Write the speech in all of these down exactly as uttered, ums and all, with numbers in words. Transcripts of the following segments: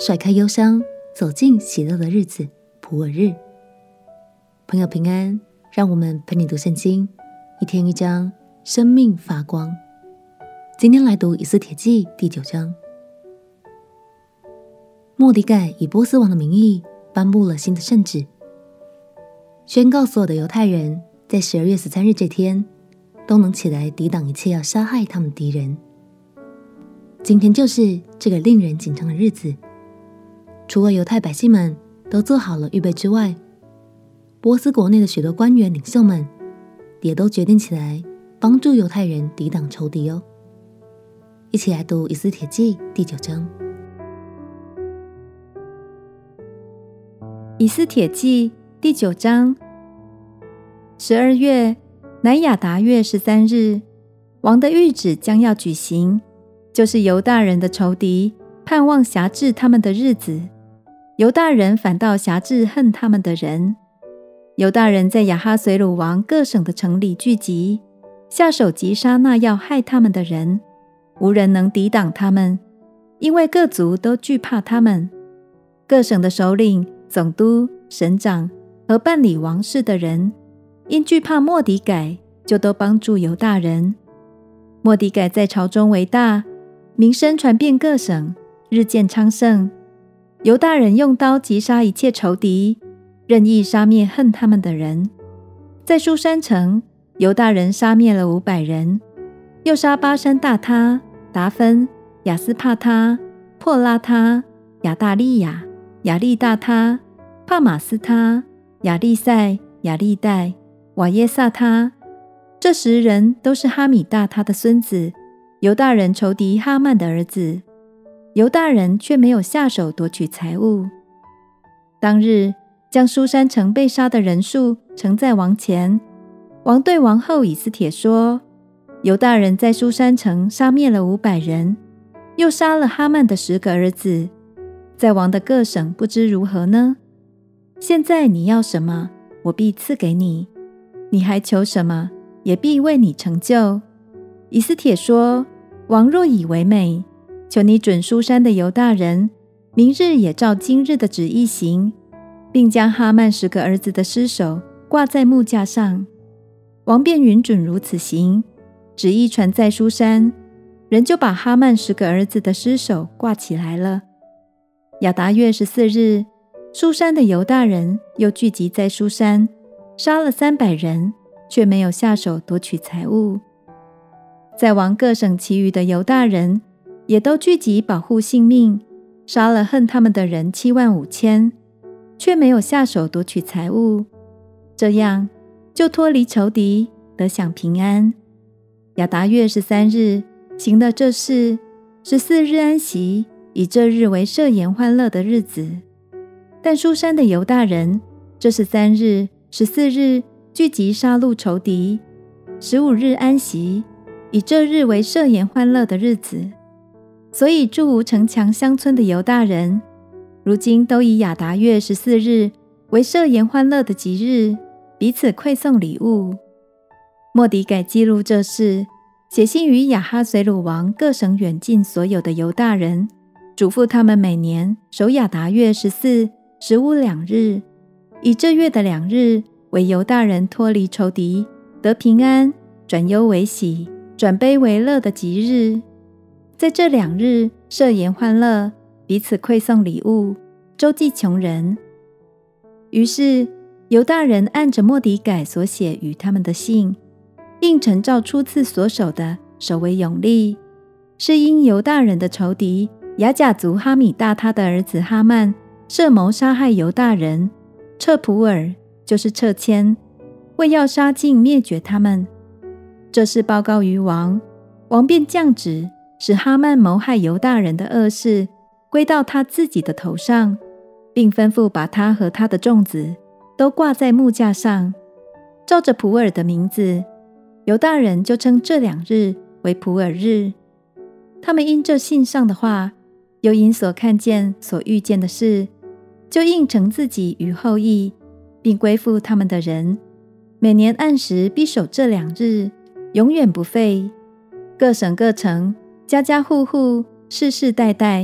甩开忧伤，走进喜乐的日子，普尔日。朋友平安，让我们陪你读圣经，一天一章，生命发光。今天来读以斯帖记第九章。末底改以波斯王的名义颁布了新的圣旨，宣告所有的犹太人在十二月十三日这天都能起来抵挡一切要杀害他们的敌人。今天就是这个令人紧张的日子，除了犹太百姓们都做好了预备之外，波斯国内的许多官员领袖们也都决定起来帮助犹太人抵挡仇敌哦。一起来读以斯帖记第九章。 以斯帖记第九章。十二月，乃亚达月十三日，王的谕旨将要举行，就是犹大人的仇敌盼望辖制他们的日子，犹大人反倒辖制恨他们的人。犹大人在亚哈随鲁王各省的城里聚集，下手击杀那要害他们的人，无人能抵挡他们，因为各族都惧怕他们。各省的首领、总督、省长和办理王事的人，因惧怕末底改，就都帮助犹大人。末底改在朝中为大，名声传遍各省，日渐昌盛。犹大人用刀击杀一切仇敌，任意杀灭恨他们的人。在书珊城，犹大人杀灭了五百人，又杀巴珊大他、达芬、亚斯帕他、破拉他、亚大利亚、亚利大他、帕马斯他、亚利塞、亚利代、瓦耶萨他。这十人都是哈米大他的孙子，犹大人仇敌哈曼的儿子。犹大人却没有下手夺取财物。当日将书珊城被杀的人数呈在王前，王对王后以斯帖说：犹大人在书珊城杀灭了五百人，又杀了哈曼的十个儿子，在王的各省不知如何呢？现在你要什么，我必赐给你；你还求什么，也必为你成就。以斯帖说：王若以为美，求你准书珊的犹大人明日也照今日的旨意行，并将哈曼十个儿子的尸首挂在木架上。王便允准如此行，旨意传在书珊，人就把哈曼十个儿子的尸首挂起来了。亚达月十四日，书珊的犹大人又聚集在书珊，杀了三百人，却没有下手夺取财物。在王各省其余的犹大人也都聚集保护性命，杀了恨他们的人七万五千，却没有下手夺取财物，这样就脱离仇敌，得享平安。亚达月十三日行了这事，十四日安息，以这日为设筵欢乐的日子。但书珊的犹大人这十三日、十四日聚集杀戮仇敌，十五日安息，以这日为设筵欢乐的日子。所以住无城墙乡村的犹大人，如今都以亚达月十四日为设筵欢乐的吉日，彼此馈送礼物。末底改记录这事，写信于亚哈随鲁王各省远近所有的犹大人，嘱咐他们每年守亚达月十四、十五两日，以这月的两日为犹大人脱离仇敌，得平安，转忧为喜，转悲为乐的吉日。在这两日设筵欢乐，彼此馈送礼物，周济穷人。于是犹大人按着末底改所写与他们的信，应承照初次所守的守为永立，是因犹大人的仇敌亚甲族哈米大他的儿子哈曼设谋杀害犹大人，撤普尔，就是撤迁，为要杀尽灭绝他们。这事报告于王，王便降旨，使哈曼谋害犹大人的恶事归到他自己的头上，并吩咐把他和他的众子都挂在木架上，照着普尔的名字，犹大人就称这两日为普尔日。他们因这信上的话，又因所看见、所遇见的事，就应承自己与后裔，并归附他们的人，每年按时必守这两日，永远不废。各省各城，家家户户，世世代代，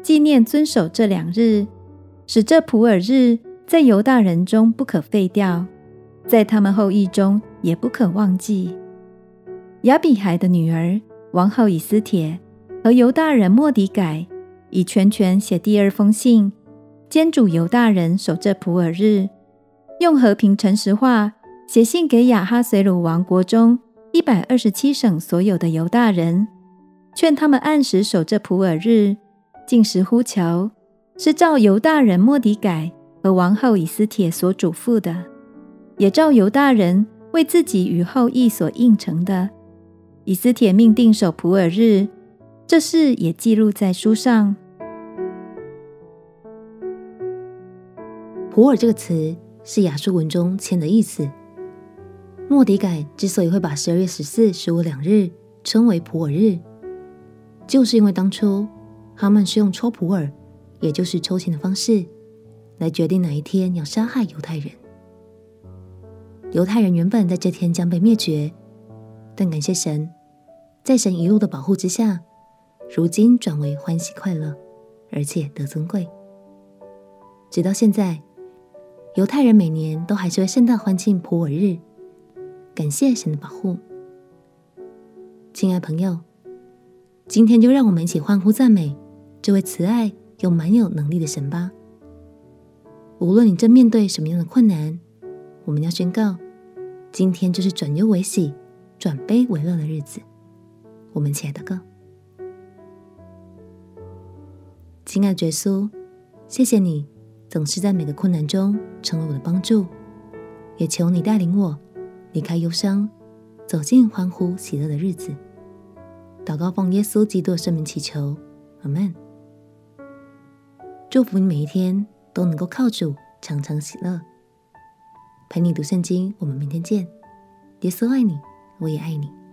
纪念遵守这两日，使这普尔日在犹大人中不可废掉，在他们后裔中也不可忘记。亚比海的女儿王后以斯帖和犹大人末底改以全权写第二封信，监主犹大人守这普尔日，用和平诚实话写信给亚哈随鲁王国中一百二十七省所有的犹大人，劝他们按时守这普尔日，禁食呼求，是照犹大人末底改和王后以斯帖所嘱咐的，也照犹大人为自己与后裔所应承的。以斯帖命定守普尔日，这事也记录在书上。 普尔这个词是亚述文中签的意思。末底改之所以会把十二月十四、十五两日称为普尔日，就是因为当初哈曼是用抽普尔，也就是抽签的方式来决定哪一天要杀害犹太人。犹太人原本在这天将被灭绝，但感谢神，在神一路的保护之下，如今转为欢喜快乐，而且得尊贵。直到现在，犹太人每年都还是会盛大欢庆普尔日，感谢神的保护。亲爱朋友，今天就让我们一起欢呼赞美这位慈爱又蛮有能力的神吧。无论你正面对什么样的困难，我们要宣告，今天就是转忧为喜、转悲为乐的日子。我们一起来祷告。亲爱的耶稣，谢谢你总是在每个困难中成为我的帮助，也求你带领我离开忧伤，走进欢呼喜乐的日子。祷告奉耶稣基督的圣名祈求，阿们。祝福你每一天都能够靠主常常喜乐。陪你读圣经，我们明天见。耶稣爱你，我也爱你。